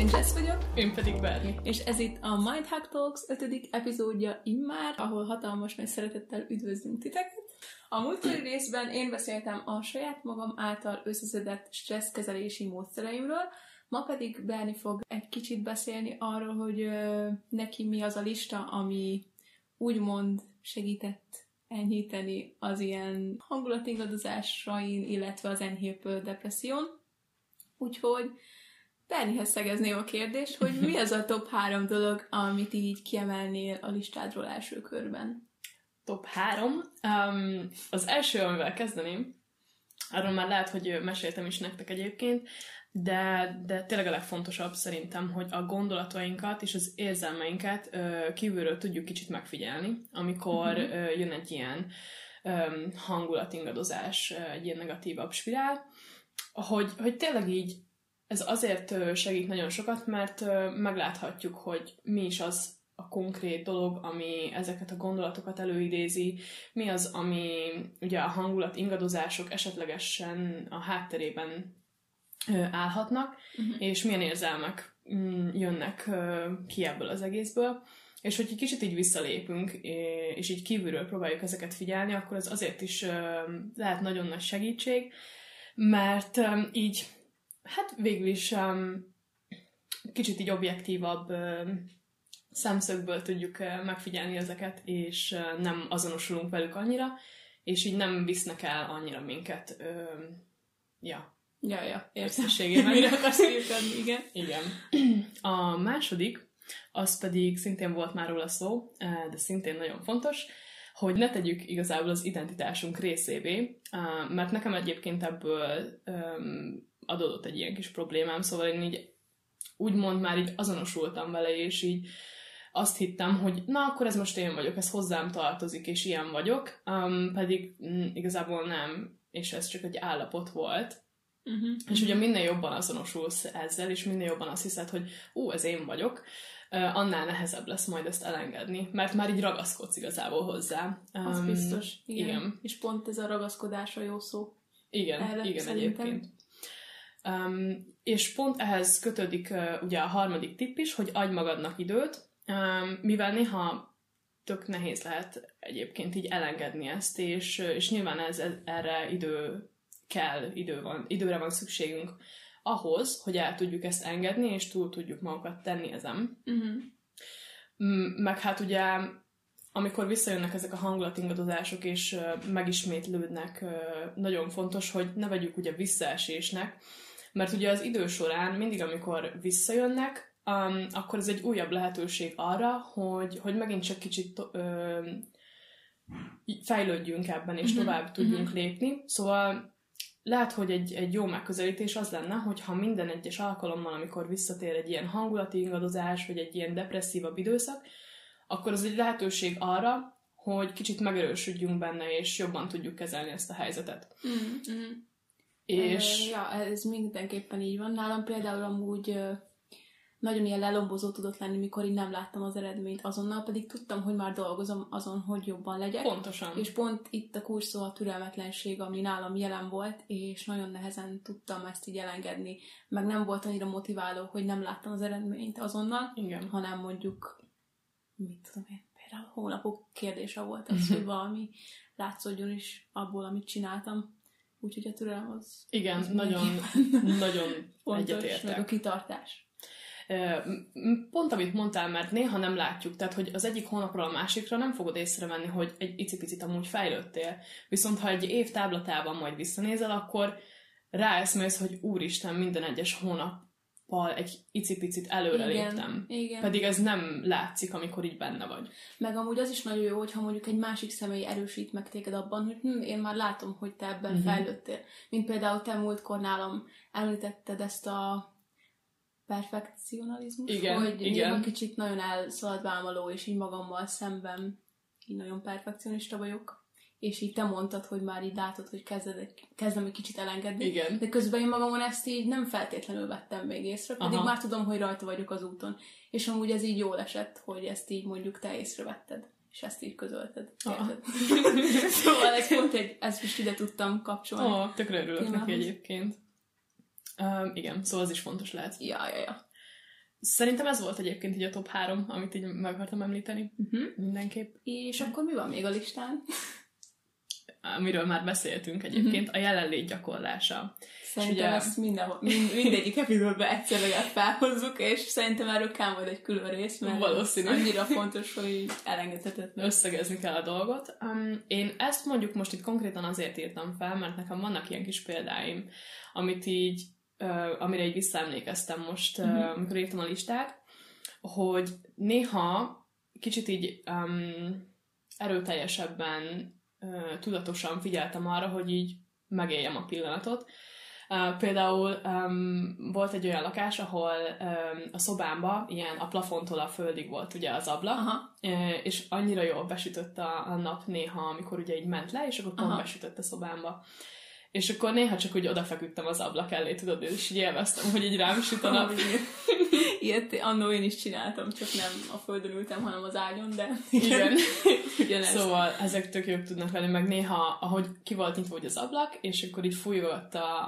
Én Jess vagyok. Én pedig Berni. És ez itt a Mindhack Talks 5. epizódja immár, ahol hatalmas nagy szeretettel üdvözlünk titeket. A múltkori részben én beszéltem a saját magam által összeszedett stresszkezelési módszereimről, ma pedig Berni fog egy kicsit beszélni arról, hogy neki mi az a lista, ami úgymond segített enyhíteni az ilyen hangulatingadozásain, illetve az enyhébb depresszión. Úgyhogy Bernihez szegezném a kérdést, hogy mi az a top 3 dolog, amit így kiemelnél a listádról első körben? Top 3. Az első, amivel kezdeném, arról már lehet, hogy meséltem is nektek egyébként, de tényleg a legfontosabb szerintem, hogy a gondolatainkat és az érzelmeinket kívülről tudjuk kicsit megfigyelni, amikor jön egy ilyen hangulatingadozás, egy ilyen negatívabb spirál, hogy tényleg így ez azért segít nagyon sokat, mert megláthatjuk, hogy mi is az a konkrét dolog, ami ezeket a gondolatokat előidézi, mi az, ami ugye a hangulat ingadozások esetlegesen a hátterében állhatnak, és milyen érzelmek jönnek ki ebből az egészből. És hogy egy kicsit így visszalépünk, és így kívülről próbáljuk ezeket figyelni, akkor ez azért is lehet nagyon nagy segítség, mert így hát végül is kicsit így objektívabb szemszögből tudjuk megfigyelni ezeket, és nem azonosulunk velük annyira, és így nem visznek el annyira minket. Értességében. Mire akarsz írkadni, igen. Igen. A második, az pedig szintén volt már róla szó, de szintén nagyon fontos, hogy ne tegyük igazából az identitásunk részévé, mert nekem egyébként ebből adódott egy ilyen kis problémám, szóval én így úgymond már így azonosultam vele, és így azt hittem, hogy na, akkor ez most én vagyok, ez hozzám tartozik, és ilyen vagyok, pedig igazából nem, és ez csak egy állapot volt. És ugye minél jobban azonosulsz ezzel, és minél jobban azt hiszed, hogy ez én vagyok, annál nehezebb lesz majd ezt elengedni, mert már így ragaszkodsz igazából hozzá. Az biztos, igen. És pont ez a ragaszkodás a jó szó. Igen, egyébként. És pont ehhez kötődik ugye a harmadik tipp is, hogy adj magadnak időt, mivel néha tök nehéz lehet egyébként így elengedni ezt, és nyilván erre időre van szükségünk ahhoz, hogy el tudjuk ezt engedni, és túl tudjuk magukat tenni ezen. Meg hát ugye, amikor visszajönnek ezek a hangulatingadozások, és megismétlődnek, nagyon fontos, hogy ne vegyük ugye visszaesésnek, mert ugye az idő során mindig, amikor visszajönnek, akkor ez egy újabb lehetőség arra, hogy megint csak kicsit fejlődjünk ebben, és tovább tudjunk lépni. Szóval lehet, hogy egy jó megközelítés az lenne, hogyha minden egyes alkalommal, amikor visszatér egy ilyen hangulati ingadozás, vagy egy ilyen depresszívabb időszak, akkor az egy lehetőség arra, hogy kicsit megerősödjünk benne, és jobban tudjuk kezelni ezt a helyzetet. És... ez mindenképpen így van. Nálam például amúgy nagyon ilyen lelombozó tudott lenni, mikor így nem láttam az eredményt azonnal, pedig tudtam, hogy már dolgozom azon, hogy jobban legyek. Pontosan. És pont itt a kurszó a türelmetlenség, ami nálam jelen volt, és nagyon nehezen tudtam ezt így elengedni. Meg nem volt annyira motiváló, hogy nem láttam az eredményt azonnal, igen, hanem mondjuk, mit tudom én, például hónapok kérdése volt az, hogy valami látszódjon is abból, amit csináltam. Úgyhogy a türelem az... Igen, az nagyon fontos, egyetértek. meg a kitartás. Pont amit mondtál, mert néha nem látjuk, tehát hogy az egyik hónapról a másikra nem fogod észrevenni, hogy egy icipicit amúgy fejlődtél. Viszont ha egy év táblatában majd visszanézel, akkor ráeszmélsz, hogy úristen, minden egyes hónappal egy icipicit előre léptem. Igen. Pedig ez nem látszik, amikor így benne vagy. Meg amúgy az is nagyon jó, hogyha mondjuk egy másik személy erősít meg téged abban, hogy én már látom, hogy te ebben fejlődtél. Mint például te múltkor nálam említetted ezt a perfekcionalizmus, hogy igen. Kicsit nagyon elszaladválmaló, és így magammal szemben így nagyon perfekcionista vagyok, és így te mondtad, hogy már így látod, hogy kezdem egy kicsit elengedni, igen. De közben én magamon ezt így nem feltétlenül vettem még észre, pedig már tudom, hogy rajta vagyok az úton, és amúgy ez így jól esett, hogy ezt így mondjuk te észrevetted, és ezt így közölted. Szóval ez pont ezt is ide tudtam kapcsolni. Tökre örülök neki egyébként. Igen, szóval az is fontos lehet. Ja. Szerintem ez volt egyébként így a top 3, amit így meg akartam említeni. Mindenképp. És akkor mi van még a listán? Amiről már beszéltünk egyébként, a jelenlét gyakorlása. Szerintem ezt mindegyik epizódban egyszer legalább felhozzuk, és szerintem erről kell majd egy külön rész, mert valószínű. Annyira fontos, hogy elengedhetetlen. Összegezni kell a dolgot. Én ezt mondjuk most itt konkrétan azért írtam fel, mert nekem vannak ilyen kis példáim, amit így, amire így visszaemlékeztem most, amikor írtam a listát, hogy néha kicsit így erőteljesebben, tudatosan figyeltem arra, hogy így megéljem a pillanatot. Például volt egy olyan lakás, ahol a szobámba ilyen a plafontól a földig volt ugye az ablak, és annyira jól besütött a nap néha, amikor ugye így ment le, és akkor pont besütött a szobámba. És akkor néha csak úgy odafeküdtem az ablak elé, tudod, és így élveztem, hogy így rám süt a nap. Ilyet annó én is csináltam, csak nem a földön ültem, hanem az ágyon, de igen. Szóval ezek tök jók tudnak lenni, meg néha, ahogy ki volt nyitva az ablak, és akkor így fújogatta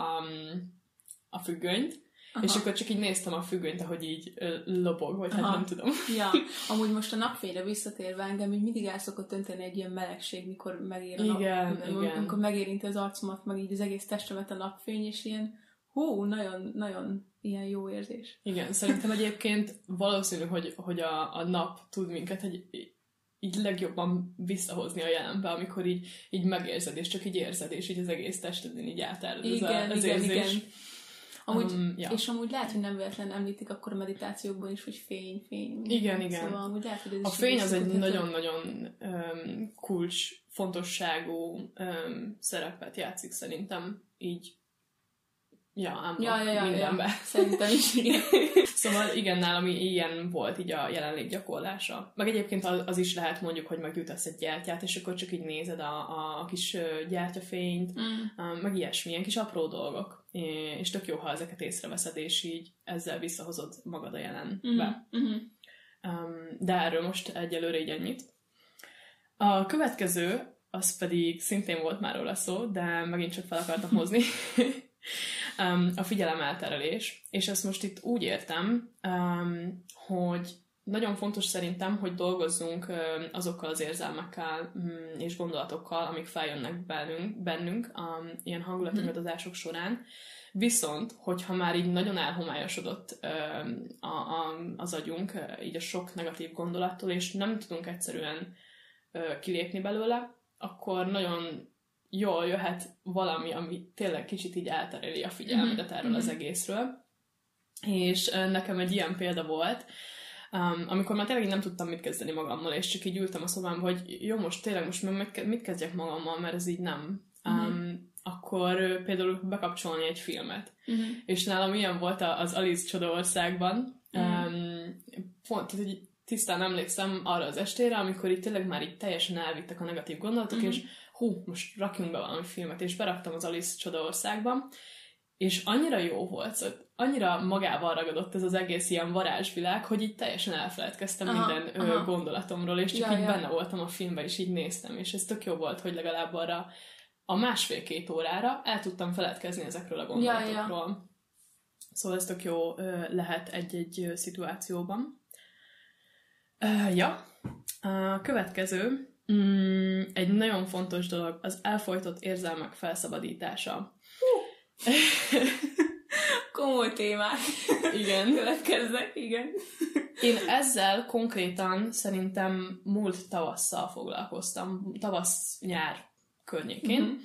a függönyt, és akkor csak így néztem a függönyt, ahogy így lobog, vagy hát nem tudom. Ja, amúgy most a napfényre visszatérve engem így mindig el szokott önteni egy ilyen melegség, mikor megér a nap. Igen. Amikor megérinti az arcomat, meg így az egész testemet a napfény, és ilyen nagyon, nagyon ilyen jó érzés. Igen, szerintem egyébként valószínű, hogy a nap tud minket így legjobban visszahozni a jelenbe, amikor így megérzed, és csak így érzed, és így az egész testedén így átárad az érzés. Igen. És amúgy lehet, hogy nem véletlen említik akkor a meditációkban is, hogy fény. Igen. Szóval amúgy lehet, hogy ez a fény az egy nagyon-nagyon kulcs, fontosságú szerepet játszik szerintem így. Ja, mindenben. Szerintem is, igen. Szóval igen, nálam ilyen volt így a jelenlét gyakorlása. Meg egyébként az is lehet mondjuk, hogy meggyújtasz egy gyertyát, és akkor csak így nézed a kis gyertyafényt, meg ilyesmi, ilyen kis apró dolgok. És tök jó, ha ezeket észreveszed, és így ezzel visszahozod magad a jelenbe. De erről most egyelőre így ennyit. A következő, az pedig szintén volt már róla szó, de megint csak fel akartam hozni. A figyelemelterelés, és ezt most itt úgy értem, hogy nagyon fontos szerintem, hogy dolgozzunk azokkal az érzelmekkel és gondolatokkal, amik feljönnek bennünk ilyen hangulatingadozások során. Viszont, hogyha már így nagyon elhomályosodott az agyunk, így a sok negatív gondolattól, és nem tudunk egyszerűen kilépni belőle, akkor nagyon jól jöhet valami, ami tényleg kicsit így eltereli a figyelmedet erről az egészről. És nekem egy ilyen példa volt, amikor már tényleg nem tudtam mit kezdeni magammal, és csak így ültem a szobámba, hogy jó, most mit kezdjek magammal, mert ez így nem. Akkor például bekapcsolni egy filmet. És nálam ilyen volt az Alice Csodaországban. Pont, hogy tisztán emlékszem arra az estére, amikor így tényleg már így teljesen elvittek a negatív gondolatok, és most rakjunk be valami filmet, és beraktam az Alice Csodaországban, és annyira jó volt, szóval annyira magával ragadott ez az egész ilyen varázsvilág, hogy így teljesen elfeledkeztem minden gondolatomról, és csak így benne voltam a filmben, és így néztem, és ez tök jó volt, hogy legalább arra a 1,5-2 órára el tudtam feledkezni ezekről a gondolatokról. Szóval ez tök jó lehet egy-egy szituációban. A következő egy nagyon fontos dolog, az elfojtott érzelmek felszabadítása. Komoly témák. Igen. Következnek, igen. Én ezzel konkrétan szerintem múlt tavasszal foglalkoztam, tavasz-nyár környékén.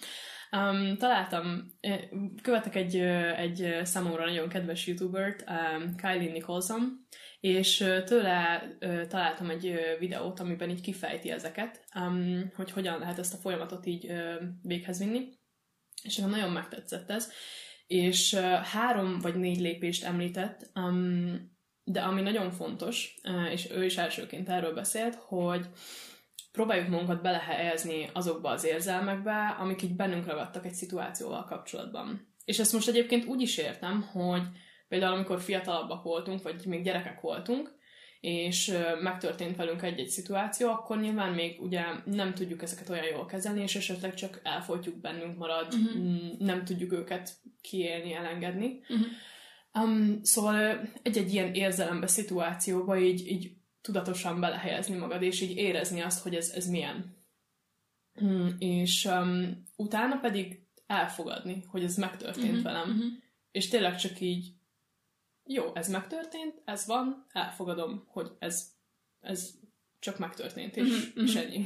Követek egy számomra nagyon kedves YouTubert, Kylie Nicholson, és tőle találtam egy videót, amiben így kifejti ezeket, hogy hogyan lehet ezt a folyamatot így véghez vinni, és nekem nagyon megtetszett ez, és 3 vagy 4 lépést említett, de ami nagyon fontos, és ő is elsőként erről beszélt, hogy próbáljuk magunkat belehelyezni azokba az érzelmekbe, amik így bennünk ragadtak egy szituációval kapcsolatban. És ezt most egyébként úgy is értem, hogy például amikor fiatalabbak voltunk, vagy még gyerekek voltunk, és megtörtént velünk egy-egy szituáció, akkor nyilván még ugye nem tudjuk ezeket olyan jól kezelni, és esetleg csak elfolytjuk, bennünk marad, nem tudjuk őket kiélni, elengedni. Szóval egy ilyen érzelembe, szituációba így tudatosan belehelyezni magad, és így érezni azt, hogy ez milyen. És utána pedig elfogadni, hogy ez megtörtént velem. És tényleg csak így, jó, ez megtörtént, ez van, elfogadom, hogy ez csak megtörtént, és ennyi.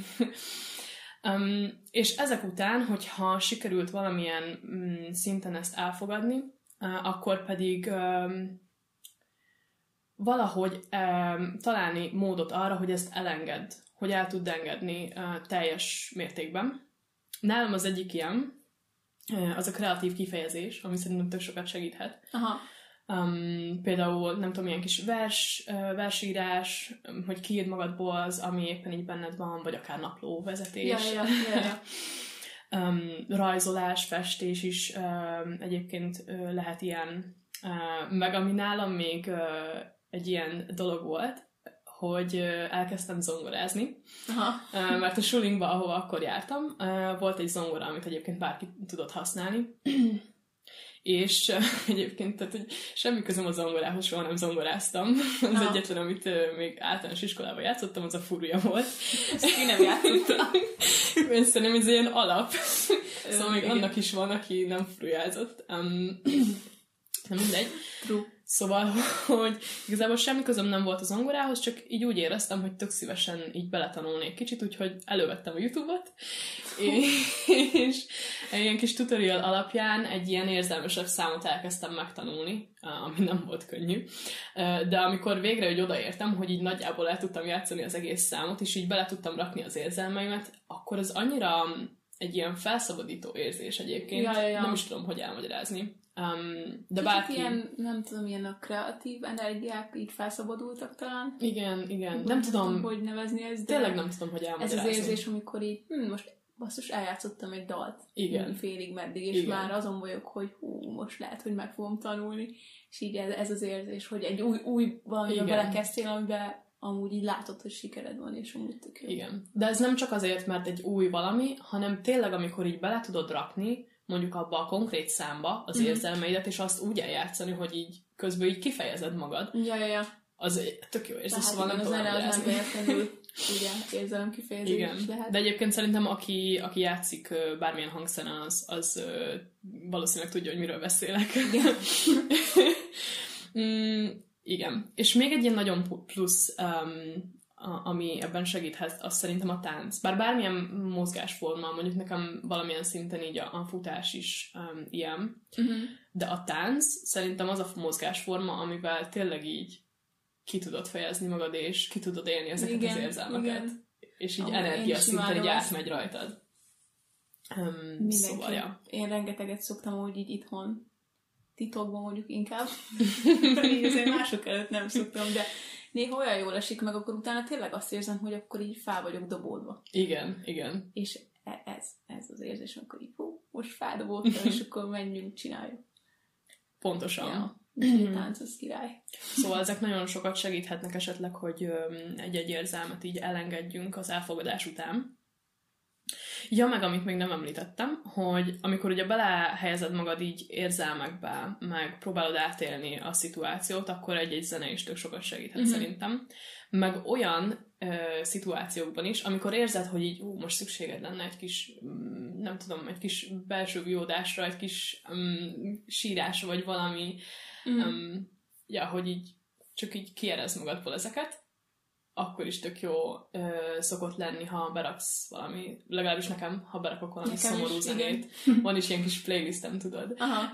És ezek után, hogyha sikerült valamilyen szinten ezt elfogadni, akkor pedig valahogy találni módot arra, hogy ezt elengedd, hogy el tudd engedni teljes mértékben. Nálam az egyik ilyen, az a kreatív kifejezés, ami szerintem tök sokat segíthet. Aha. Például, nem tudom, ilyen kis versírás, hogy kiírd magadból az, ami éppen így benned van, vagy akár naplóvezetés. Ja. Rajzolás, festés is egyébként lehet ilyen. Meg ami nálam még egy ilyen dolog volt, hogy elkezdtem zongorázni. Aha. Mert a sulinkba, ahova akkor jártam, volt egy zongora, amit egyébként bárki tudott használni. És egyébként, tehát, hogy semmi közöm a zongorához, soha nem zongoráztam. Az egyetlen, amit még általános iskolában játszottam, az a furúja volt. Ezt én nem játszottam. Én szerintem ez ilyen alap. Szóval még annak is van, aki nem furujázott. Nem mindegy. True. Szóval, hogy igazából semmi közöm nem volt a zongorához, csak így úgy éreztem, hogy tök szívesen így beletanulnék kicsit, úgyhogy elővettem a YouTube-ot, és ilyen kis tutorial alapján egy ilyen érzelmesebb számot elkezdtem megtanulni, ami nem volt könnyű. De amikor végre úgy odaértem, hogy így nagyjából el tudtam játszani az egész számot, és így bele tudtam rakni az érzelmeimet, akkor az annyira egy ilyen felszabadító érzés egyébként. Ja. Nem is tudom, hogy elmagyarázni. De bárki... ilyen, nem tudom, ilyen a kreatív energiák így felszabadultak talán. Igen. Nem tudom, hogy nevezni ezt, de tényleg nem tudom, hogy elmagyarázni. Ez az érzés, amikor így, most basszus, eljátszottam egy dalt. Igen. Félig meddig, és igen. Már azon vagyok, hogy most lehet, hogy meg fogom tanulni. És így ez az érzés, hogy egy új valamiben belekezdtél, amiben amúgy így látod, hogy sikered van, és amúgy tök jó. Igen. De ez nem csak azért, mert egy új valami, hanem tényleg, amikor így bele tudod rakni, mondjuk abba a konkrét számba az érzelmeidet, és azt úgy eljátszani, hogy így közben így kifejezed magad. Ja. Az tök jó érzés, szóval nem tudom az nem véletlenül érzelem kifejezés is lehet. De egyébként szerintem, aki játszik bármilyen hangszeren, az valószínűleg tudja, hogy miről beszélek. Igen. Igen. És még egy ilyen nagyon plusz, ami ebben segíthet, az szerintem a tánc. Bár bármilyen mozgásforma, mondjuk nekem valamilyen szinten így a futás is ilyen, de a tánc szerintem az a mozgásforma, amivel tényleg így ki tudod fejezni magad, és ki tudod élni ezeket az érzelmeket. És így energiaszinten így átmegy rajtad. Szóval, ja. Én rengeteget szoktam úgy így itthon, titokban mondjuk inkább. Így azért mások előtt nem szoktam, de néha olyan jól esik meg, akkor utána tényleg azt érzem, hogy akkor így fel vagyok dobódva. Igen. És ez az érzés, amikor így, most feldobódtam, és akkor menjünk, csináljuk. Pontosan. Ja. Tánc az király. Szóval ezek nagyon sokat segíthetnek esetleg, hogy egy-egy érzelmet így elengedjünk az elfogadás után. Ja, meg amit még nem említettem, hogy amikor ugye belehelyezed magad így érzelmekbe, meg próbálod átélni a szituációt, akkor egy-egy zene is tök sokat segíthet szerintem. Meg olyan szituációkban is, amikor érzed, hogy így most szükséged lenne egy kis, nem tudom, egy kis belső viódásra, egy kis sírásra, vagy valami, hogy így csak így kierezd magadból ezeket, akkor is tök jó szokott lenni, ha beraksz valami, legalábbis nekem, ha berakok valami szomorú zenét. Van is ilyen kis playlistem, tudod. Aha.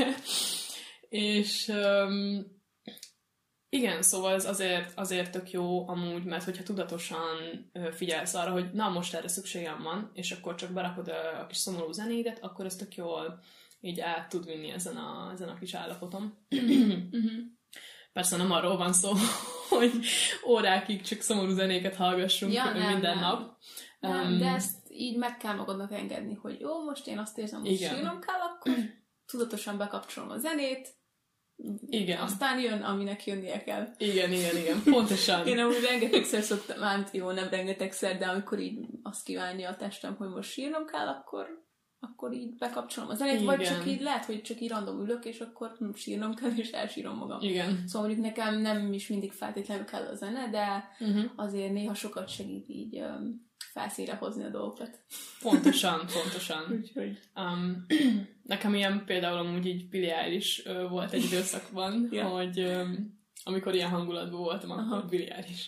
És igen, szóval ez azért tök jó amúgy, mert hogyha tudatosan figyelsz arra, hogy na, most erre szükségem van, és akkor csak berakod a kis szomorú zenédet, akkor ez tök jól így át tud vinni ezen a kis állapotom. Persze nem arról van szó, hogy órákig csak szomorú zenéket hallgassunk minden nap. Nem, de ezt így meg kell magadnak engedni, hogy jó, most én azt érzem, hogy sírnom kell, akkor tudatosan bekapcsolom a zenét, igen. Aztán jön, aminek jönnie kell. Igen, pontosan. Én amúgy rengetegszer szoktam, jó, nem rengetegszer, de amikor így azt kívánja a testem, hogy most sírnom kell, akkor akkor így bekapcsolom a zenét, vagy csak így lehet, hogy csak így random ülök, és akkor sírnom kell, és elsírom magam. Igen. Szóval mondjuk nekem nem is mindig feltétlenül kell a zene, de azért néha sokat segít így felszínre hozni a dolgokat. Pontosan. Úgyhogy... Nekem ilyen például amúgy így Billie Eilish volt egy időszakban, hogy amikor ilyen hangulatban voltam, akkor Billie Eilish.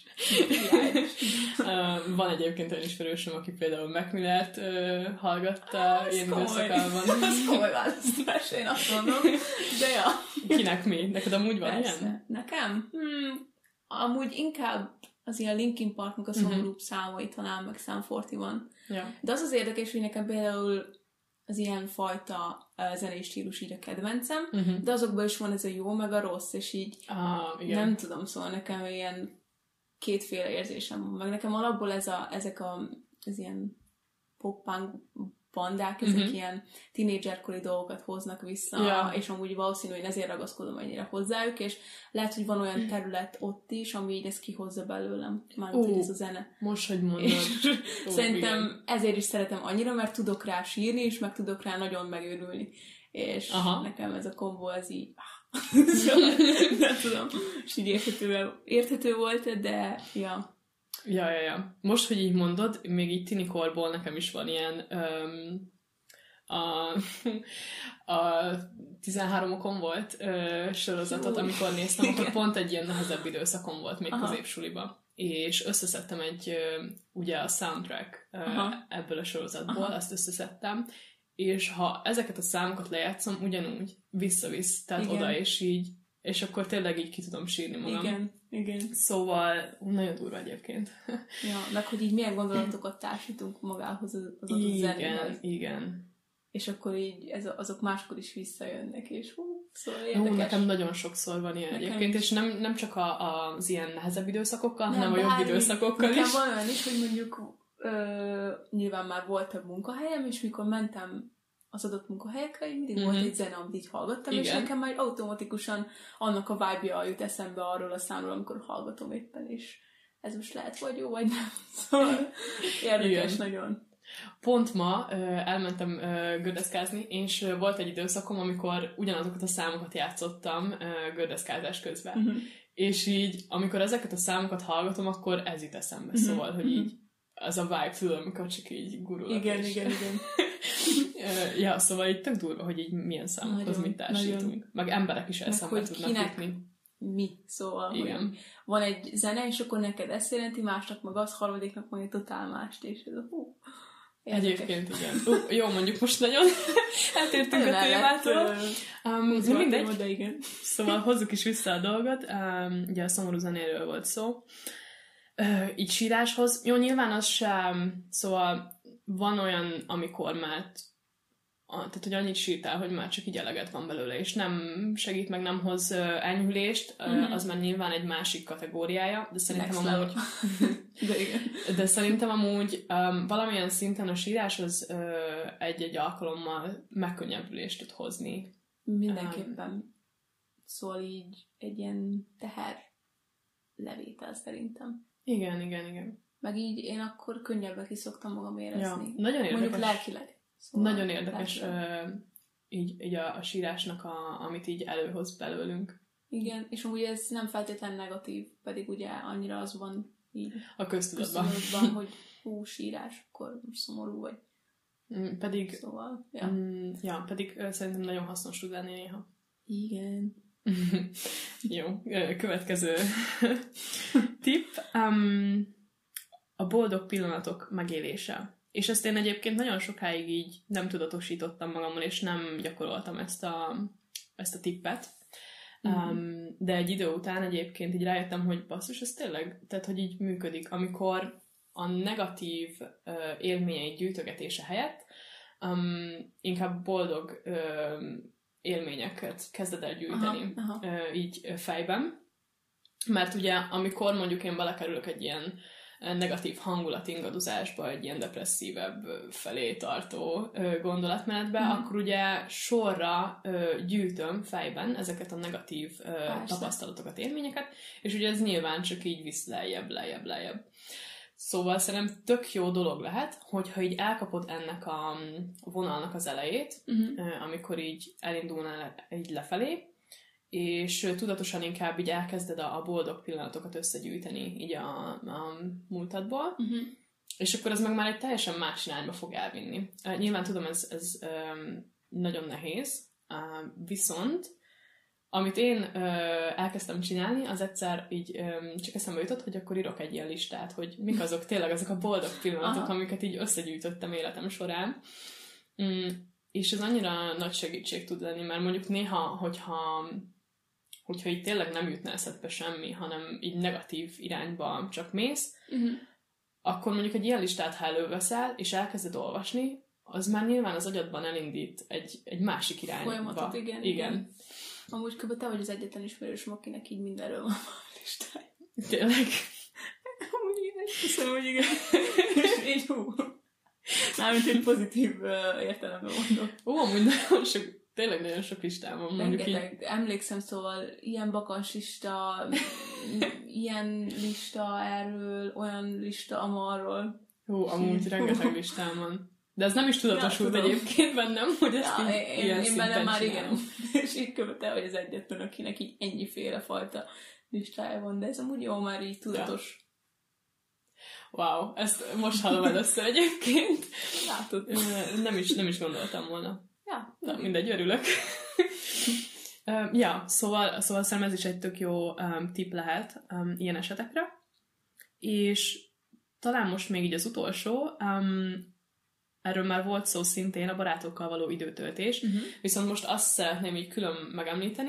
Van egyébként olyan ismerősöm, aki például Mac Millert hallgatta ilyen időszakában. Az komoly választás, én azt mondom. De ja. Kinek mi? Neked amúgy van ilyen? Nekem? Amúgy inkább az ilyen Linkin Parknak a szomorúbb számai talán, meg Sum 41. Ja. De az érdekes, hogy nekem például az ilyen fajta zenés stílus így a kedvencem, de azokban is van ez a jó, meg a rossz, és így nem tudom, szóval nekem ilyen kétféle érzésem van. Meg nekem alapból ezek az ilyen pop-punk bandák, ezek ilyen tínédzserkori dolgokat hoznak vissza, és amúgy valószínű, hogy ezért ragaszkodom ennyire hozzájuk, és lehet, hogy van olyan terület ott is, ami így ezt kihozza belőlem. Mármint, hogy ez a zene. Most, hogy mondod. Szerintem ezért is szeretem annyira, mert tudok rá sírni, és meg tudok rá nagyon megőrülni. És nekem ez a kombó, ez így... nem tudom, és így érthető volt, de ja. Ja. Most, hogy így mondod, még így tinikorból nekem is van ilyen a 13 okon volt sorozatot, amikor néztem, akkor pont egy ilyen nehezebb időszakom volt még középsuliba. És összeszedtem ugye a soundtrack ebből a sorozatból, azt összeszedtem, és ha ezeket a számokat lejátszom, ugyanúgy visszavisz, tehát oda, és így, és akkor tényleg így ki tudom sírni magam. Igen. Szóval nagyon durva egyébként. Ja, meg hogy így milyen gondolatokat társítunk magához az adott zenéhez. Igen. És akkor így azok máskor is visszajönnek, és szóval érdekes. Nekem nagyon sokszor van ilyen egyébként, és nem csak az ilyen nehezebb időszakokkal, hanem a jobb időszakokkal is. Nekem van olyan is, hogy mondjuk nyilván már volt több munkahelyem, és mikor mentem az adott munkahelyekre, mindig volt egy zene, amit így hallgattam, és nekem már automatikusan annak a vibe-ja jut eszembe arról a számról, amikor hallgatom éppen, és ez most lehet vagy jó, vagy nem. Szóval érdekes nagyon. Pont ma elmentem gördeszkázni, és volt egy időszakom, amikor ugyanazokat a számokat játszottam gördeszkázás közben. És így, amikor ezeket a számokat hallgatom, akkor ez jut eszembe. Szóval, hogy így az a vibe, tudom, amikor csak így gurulok. Igen. Ja, szóval így tök durva, hogy így milyen számokhoz mit társítunk. Meg emberek is eszembe tudnak jutni. Mi, szóval, hogy van egy zene, és akkor neked ezt jelenti, másnak meg az, harmadiknak meg egy totál mást, és ez a egyébként igen. Jó, mondjuk most nagyon eltértünk a témától. Mindegy. De igen. Szóval hozzuk is vissza a dolgot. Ugye a szomorú zenéről volt szó. Így síráshoz. Jó, nyilván az sem, szóval van olyan, amikor már tehát, hogy annyit sírtál, hogy már csak így eleget van belőle, és nem segít, meg nem hoz enyhülést, az már nyilván egy másik kategóriája, de szerintem amúgy... de szerintem amúgy valamilyen szinten a sírás az egy-egy alkalommal megkönnyebbülést tud hozni. Mindenképpen. Szóval így egy ilyen teher levétel szerintem. Igen. Meg így én akkor könnyebben ki szoktam magam érezni. Ja, nagyon érdekes. Mondjuk lelkileg. Szóval nagyon érdekes így a sírásnak, amit így előhoz belőlünk. Igen, és amúgy ez nem feltétlen negatív, pedig ugye annyira az van így a köztudatban, hogy sírás, akkor most szomorú vagy. Pedig, szóval, pedig szerintem nagyon hasznos tud lenni néha. Igen. Jó, következő tipp. A boldog pillanatok megélése. És ezt én egyébként nagyon sokáig így nem tudatosítottam magammal, és nem gyakoroltam ezt a tippet. De egy idő után egyébként így rájöttem, hogy basszus, ez tényleg, tehát hogy így működik. Amikor a negatív élményei gyűjtögetése helyett inkább boldog élményeket kezded el gyűjteni így fejben. Mert ugye, amikor mondjuk én belekerülök egy ilyen negatív hangulatingadozásba, egy ilyen depresszívebb felé tartó gondolatmenetbe, akkor ugye sorra gyűjtöm fejben ezeket a negatív tapasztalatokat, élményeket, és ugye ez nyilván csak így visz lejjebb. Szóval szerintem tök jó dolog lehet, hogyha így elkapod ennek a vonalnak az elejét, amikor így elindulnál így lefelé, és tudatosan inkább így elkezded a boldog pillanatokat összegyűjteni így a múltadból, és akkor az meg már egy teljesen más irányba fog elvinni. Nyilván tudom, ez nagyon nehéz, viszont amit én elkezdtem csinálni, az egyszer így csak eszembe jutott, hogy akkor írok egy ilyen listát, hogy mik azok tényleg azok a boldog pillanatok, amiket így összegyűjtöttem életem során. És ez annyira nagy segítség tud lenni, mert mondjuk néha, hogyha így tényleg nem jutna eszedbe semmi, hanem így negatív irányba csak mész, akkor mondjuk egy ilyen listát, ha előveszel, és elkezded olvasni, az már nyilván az agyadban elindít egy másik irányba. Folyamatot, igen. Amúgy kb. Te vagy az egyetlen ismerősöm, akinek így mindenről van listája. Tényleg? Amúgy igen, hiszem, hogy igen. És így mármint egy pozitív értelemben mondom. Amúgy tényleg nagyon sok listám van. Rengeteg. Emlékszem, szóval ilyen bakas lista, ilyen lista erről, olyan lista amarról. Amúgy rengeteg listám van. De ez nem is tudatosult egyébként bennem, hogy ezt én bennem már igen. És így te vagy az egyetlen, akinek így ennyiféle fajta listája van, de ez amúgy jó, már így tudatos. Wow, ezt most hallom először egyébként. Látod. Nem is gondoltam volna. Ja. Na, mindegy, örülök. Szóval szerintem ez is egy tök jó tipp lehet ilyen esetekre. És talán most még így az utolsó, erről már volt szó szintén, a barátokkal való időtöltés, viszont most azt szeretném így külön megemlíteni,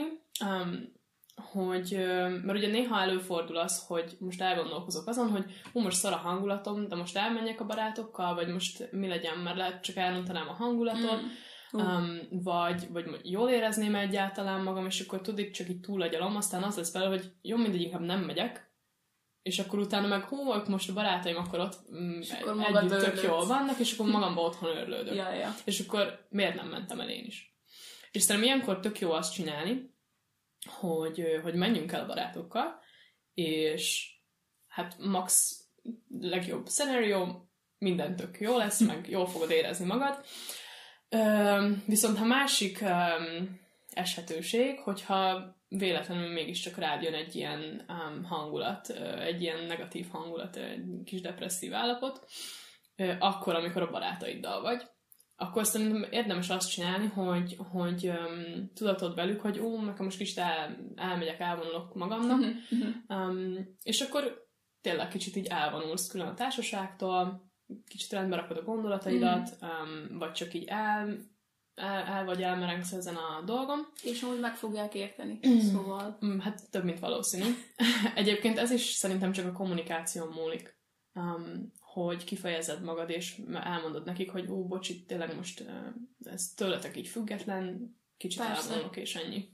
hogy, mert ugye néha előfordul az, hogy most elgondolkozok azon, hogy most szar a hangulatom, de most elmenjek a barátokkal, vagy most mi legyen, mert lehet csak elrontanám a hangulatot, vagy jól érezném egyáltalán magam, és akkor tudjuk, csak így túlagyalom, aztán az lesz vele, hogy jó, mindegy, inkább nem megyek, és akkor utána meg ők most a barátaim akkor ott együtt tök jól vannak, és akkor magamban otthon örlődök. Ja. És akkor miért nem mentem el én is? És szerintem ilyenkor tök jó azt csinálni, hogy menjünk el a barátokkal, és hát max legjobb szenárió, minden tök jó lesz, meg jól fogod érezni magad. Viszont ha másik eshetőség, hogyha véletlenül mégiscsak rád jön egy ilyen hangulat, egy ilyen negatív hangulat, egy kis depresszív állapot, akkor, amikor a barátaiddal vagy, akkor szerintem érdemes azt csinálni, hogy tudatod velük, hogy nekem most kicsit elmegyek, elvonulok magamnak, és akkor tényleg kicsit így elvonulsz külön a társaságtól, kicsit rendbe rakod a gondolataidat, vagy csak így el vagy elmerengsz ezen a dolgon. És amúgy meg fogják érteni, szóval. Hát több, mint valószínű. Egyébként ez is szerintem csak a kommunikáción múlik, hogy kifejezed magad, és elmondod nekik, hogy bocsi, tényleg most ez tőletek így független, kicsit elvonulok, és ennyi.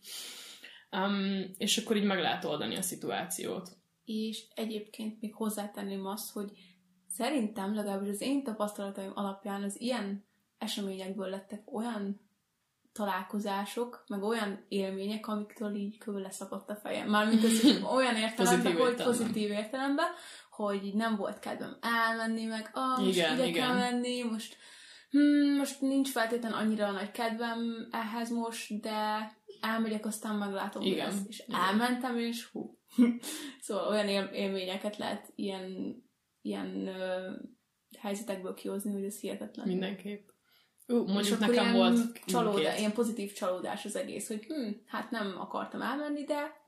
És akkor így meg lehet oldani a szituációt. És egyébként még hozzátenném azt, hogy szerintem legalábbis az én tapasztalataim alapján az ilyen eseményekből lettek olyan találkozások, meg olyan élmények, amiktől így kövül leszakadt a fejem. Mármint az olyan értelemben, hogy pozitív értelemben, hogy így nem volt kedvem elmenni, meg most ide kell menni, most nincs feltétlenül annyira nagy kedvem ehhez most, de elmegyek, aztán meglátom, hogy ez. És elmentem, és Szóval olyan élményeket lehet ilyen helyzetekből kihozni, hogy ez hihetetlen. Mindenképp. Mondjuk nekem volt ilyen pozitív csalódás az egész, hogy hát nem akartam elmenni, de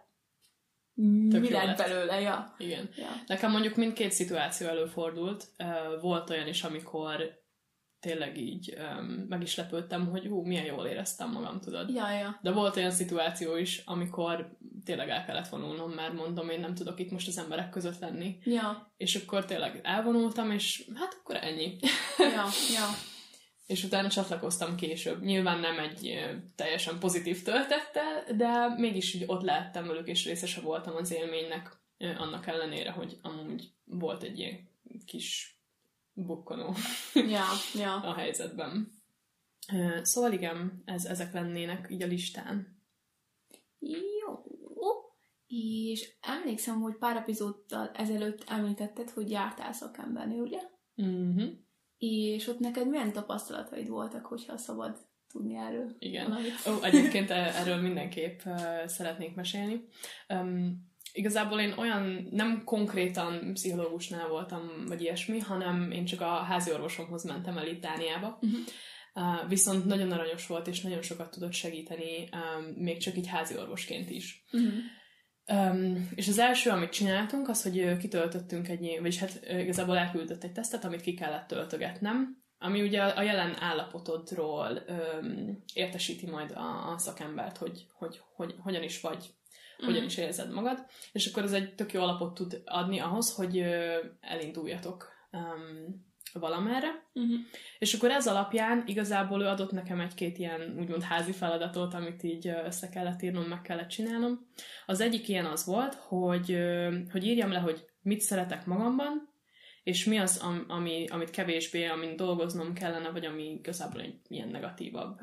mi lett belőle, ja. Igen. Ja. Nekem mondjuk mindkét szituáció előfordult. Volt olyan is, amikor tényleg így meg is lepődtem, hogy milyen jól éreztem magam, tudod. Ja. De volt olyan szituáció is, amikor tényleg el kellett vonulnom, mert mondom, én nem tudok itt most az emberek között lenni. Ja. És akkor tényleg elvonultam, és hát akkor ennyi. Ja. És utána csatlakoztam később. Nyilván nem egy teljesen pozitív töltettel, de mégis így ott lehettem velük, és részese voltam az élménynek, annak ellenére, hogy amúgy volt egy ilyen kis bukkanó ja. a helyzetben. Szóval igen, ezek lennének így a listán. Jó. És emlékszem, hogy pár epizóddal ezelőtt említetted, hogy jártál szakembernél, ugye? És ott neked milyen tapasztalataid voltak, hogyha szabad tudni erről? Igen. Egyébként erről mindenképp szeretnék mesélni. Igazából én olyan, nem konkrétan pszichológusnál voltam, vagy ilyesmi, hanem én csak a házi orvosomhoz mentem el itt Dániába. Viszont nagyon aranyos volt, és nagyon sokat tudott segíteni, még csak így házi orvosként is. És az első, amit csináltunk, az, hogy kitöltöttünk vagyis hát igazából elküldött egy tesztet, amit ki kellett töltögetnem, ami ugye a jelen állapotodról értesíti majd a szakembert, hogy hogyan is vagy, hogyan is érzed magad, és akkor ez egy tök jó alapot tud adni ahhoz, hogy elinduljatok valamerre. És akkor ez alapján igazából ő adott nekem egy-két ilyen úgymond házi feladatot, amit így össze kellett írnom, meg kellett csinálnom. Az egyik ilyen az volt, hogy írjam le, hogy mit szeretek magamban, és mi az, amit kevésbé, amin dolgoznom kellene, vagy ami igazából egy ilyen negatívabb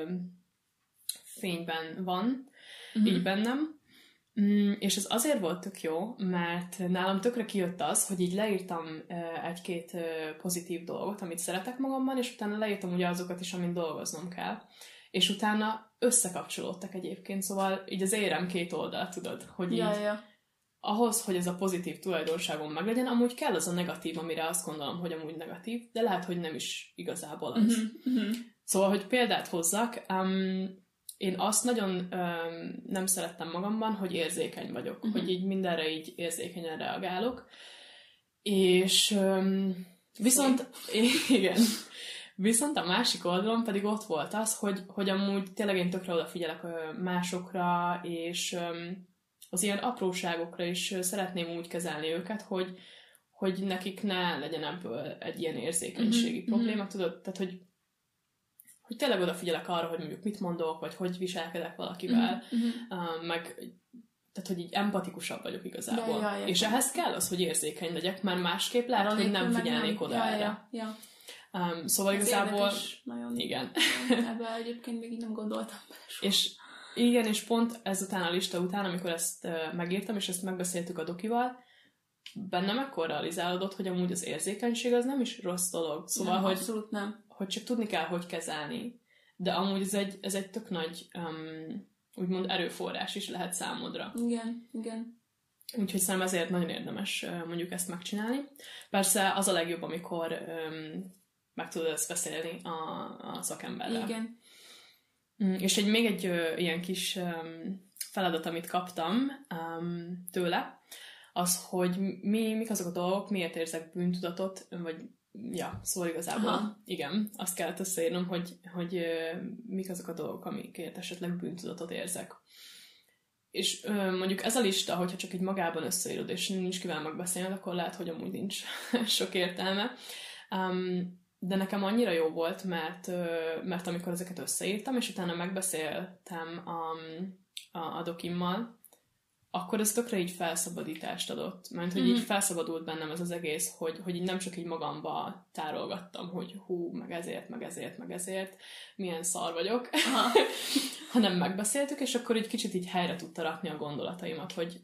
fényben van, így bennem. És ez azért volt tök jó, mert nálam tökre kijött az, hogy így leírtam egy-két pozitív dolgot, amit szeretek magamban, és utána leírtam ugye azokat is, amin dolgoznom kell. És utána összekapcsolódtak egyébként, szóval így az érem két oldal, tudod, hogy így ahhoz, hogy ez a pozitív tulajdonságom meglegyen, amúgy kell az a negatív, amire azt gondolom, hogy amúgy negatív, de lehet, hogy nem is igazából az. Szóval, hogy példát hozzak, én azt nagyon nem szerettem magamban, hogy érzékeny vagyok, hogy így mindenre így érzékenyen reagálok, és viszont, igen, viszont a másik oldalon pedig ott volt az, hogy amúgy tényleg én tökre odafigyelek másokra, és az ilyen apróságokra is szeretném úgy kezelni őket, hogy nekik ne legyen ebből egy ilyen érzékenységi probléma, tudod? Tehát, hogy tényleg odafigyelek arra, hogy mondjuk mit mondok, vagy hogy viselkedek valakivel, meg tehát, hogy így empatikusabb vagyok igazából. És ehhez kell az, hogy érzékeny legyek, mert másképp lehet, hogy nem figyelnék oda erre. Szóval ez igazából... Nagyon igen. Ebben egyébként még így nem gondoltam bele. És igen, és pont ezután a lista után, amikor ezt megírtam, és ezt megbeszéltük a dokival, bennem ekkor realizálódott, hogy amúgy az érzékenység az nem is rossz dolog. Szóval, nem, abszolút nem. Hogy csak tudni kell, hogy kezelni. De amúgy ez egy tök nagy úgymond erőforrás is lehet számodra. Igen. Úgyhogy szerintem ezért nagyon érdemes mondjuk ezt megcsinálni. Persze az a legjobb, amikor meg tudod ezt beszélni a szakemberrel. Igen. És még egy ilyen kis feladat, amit kaptam tőle, az, hogy mik azok a dolgok, miért érzek bűntudatot, vagy szóval igazából igen, azt kellett összeírnom, hogy mik azok a dolgok, amikért esetleg bűntudatot érzek. És mondjuk ez a lista, hogyha csak így magában összeírod, és nincs kivel megbeszélned, akkor lehet, hogy amúgy nincs sok értelme. De nekem annyira jó volt, mert amikor ezeket összeírtam, és utána megbeszéltem a dokimmal, akkor ez tökre így felszabadítást adott. Mert hogy így felszabadult bennem ez az egész, hogy így nem csak így magamba tárolgattam, hogy meg ezért, milyen szar vagyok, hanem megbeszéltük, és akkor így kicsit így helyre tudta rakni a gondolataimat, hogy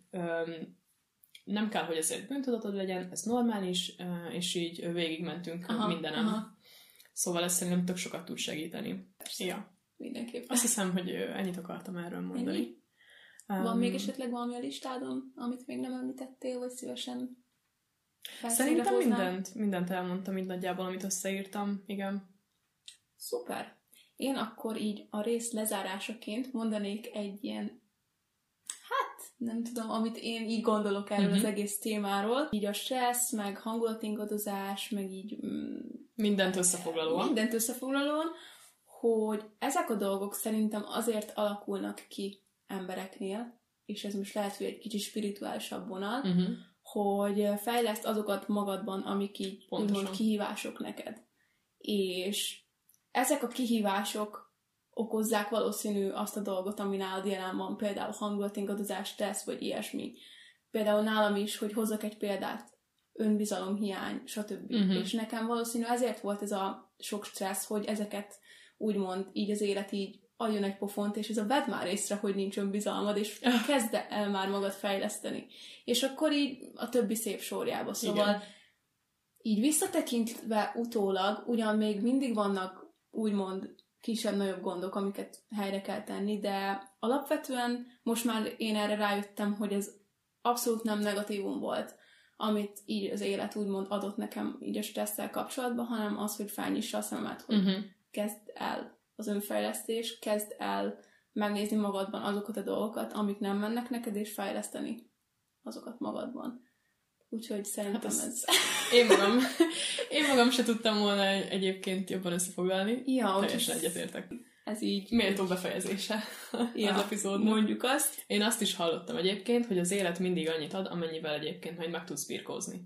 nem kell, hogy ezért bűntudatod legyen, ez normális, és így végigmentünk mindenem. Szóval ez szerintem tök sokat tud segíteni. Ja. Mindenképpen. Azt hiszem, hogy ennyit akartam erről mondani. Ennyi? Van még esetleg valami a listádon, amit még nem említettél, vagy szívesen Szerintem mindent elmondtam így nagyjából, amit összeírtam, igen. Szuper. Én akkor így a rész lezárásaként mondanék egy ilyen, nem tudom, amit én így gondolok erről az egész témáról. Így a stressz, meg hangulatingadozás, meg így... Mindent összefoglalóan, hogy ezek a dolgok szerintem azért alakulnak ki embereknél, és ez most lehet, hogy egy kicsit spirituálisabb vonal, hogy fejleszt azokat magadban, amik így úgymond kihívások neked. És ezek a kihívások okozzák valószínű azt a dolgot, ami nálad jelen van, például hangulatingadozás, stressz, vagy ilyesmi. Például nálam is, hogy hozzak egy példát, önbizalomhiány, stb. És nekem valószínű ezért volt ez a sok stressz, hogy ezeket úgymond így az élet így adjon egy pofont, és ez a vedd már észre, hogy nincs önbizalmad, és kezd el már magad fejleszteni. És akkor így a többi szép sorjába. Szóval igen. Így visszatekintve utólag, ugyan még mindig vannak úgymond kisebb-nagyobb gondok, amiket helyre kell tenni, de alapvetően most már én erre rájöttem, hogy ez abszolút nem negatívum volt, amit így az élet úgymond adott nekem így a stresszel kapcsolatban, hanem az, hogy felnyissa a szememet, hogy kezd el az önfejlesztés, kezd el megnézni magadban azokat a dolgokat, amik nem mennek neked, és fejleszteni azokat magadban. Úgyhogy szerintem hát ez... Én magam se tudtam volna egyébként jobban összefoglalni. Ja, teljesen egyetértek. Ez így... Méltó befejezése az epizódnak. Mondjuk azt. Én azt is hallottam egyébként, hogy az élet mindig annyit ad, amennyivel egyébként majd meg tudsz birkózni.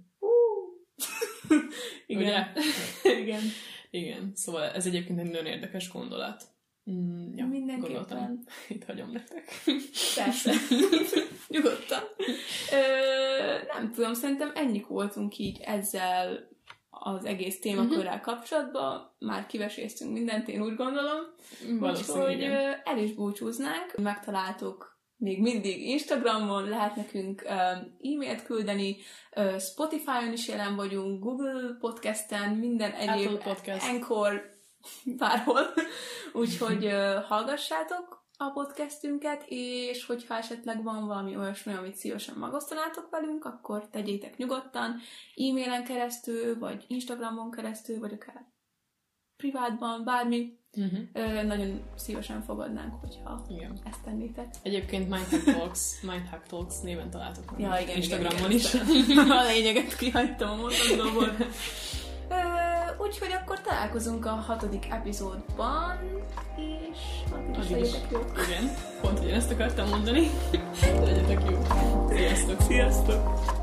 Igen. Igen. Igen. Szóval ez egyébként egy nagyon érdekes gondolat. Ja, mindenképpen. Gondoltam. Itt hagyom nektek. Persze. Nyugodtan. Nem tudom, szerintem ennyik voltunk így ezzel az egész témakörrel kapcsolatban. Már kiveséztünk mindent, én úgy gondolom. Úgyhogy el is búcsúznánk. Megtaláltuk még mindig Instagramon, lehet nekünk e-mailt küldeni, Spotify-on is jelen vagyunk, Google Podcasten, minden egyéb, Anchor, bárhol. Úgyhogy hallgassátok a podcastünket, és hogyha esetleg van valami olyasmi, amit szívesen megosztanátok velünk, akkor tegyétek nyugodtan, e-mailen keresztül, vagy Instagramon keresztül, vagy akár privátban, bármi. Nagyon szívesen fogadnánk, hogyha ezt tennétek. Egyébként Mindhack Talks néven találtok meg. Ja, igen, Instagramon is. A lényeget kihagytam a mondandóból. Úgyhogy akkor találkozunk a 6. epizódban, és addig is legyetek jók. Igen, pont ugyanezt akartam mondani. Legyetek jók. Sziasztok! Sziasztok!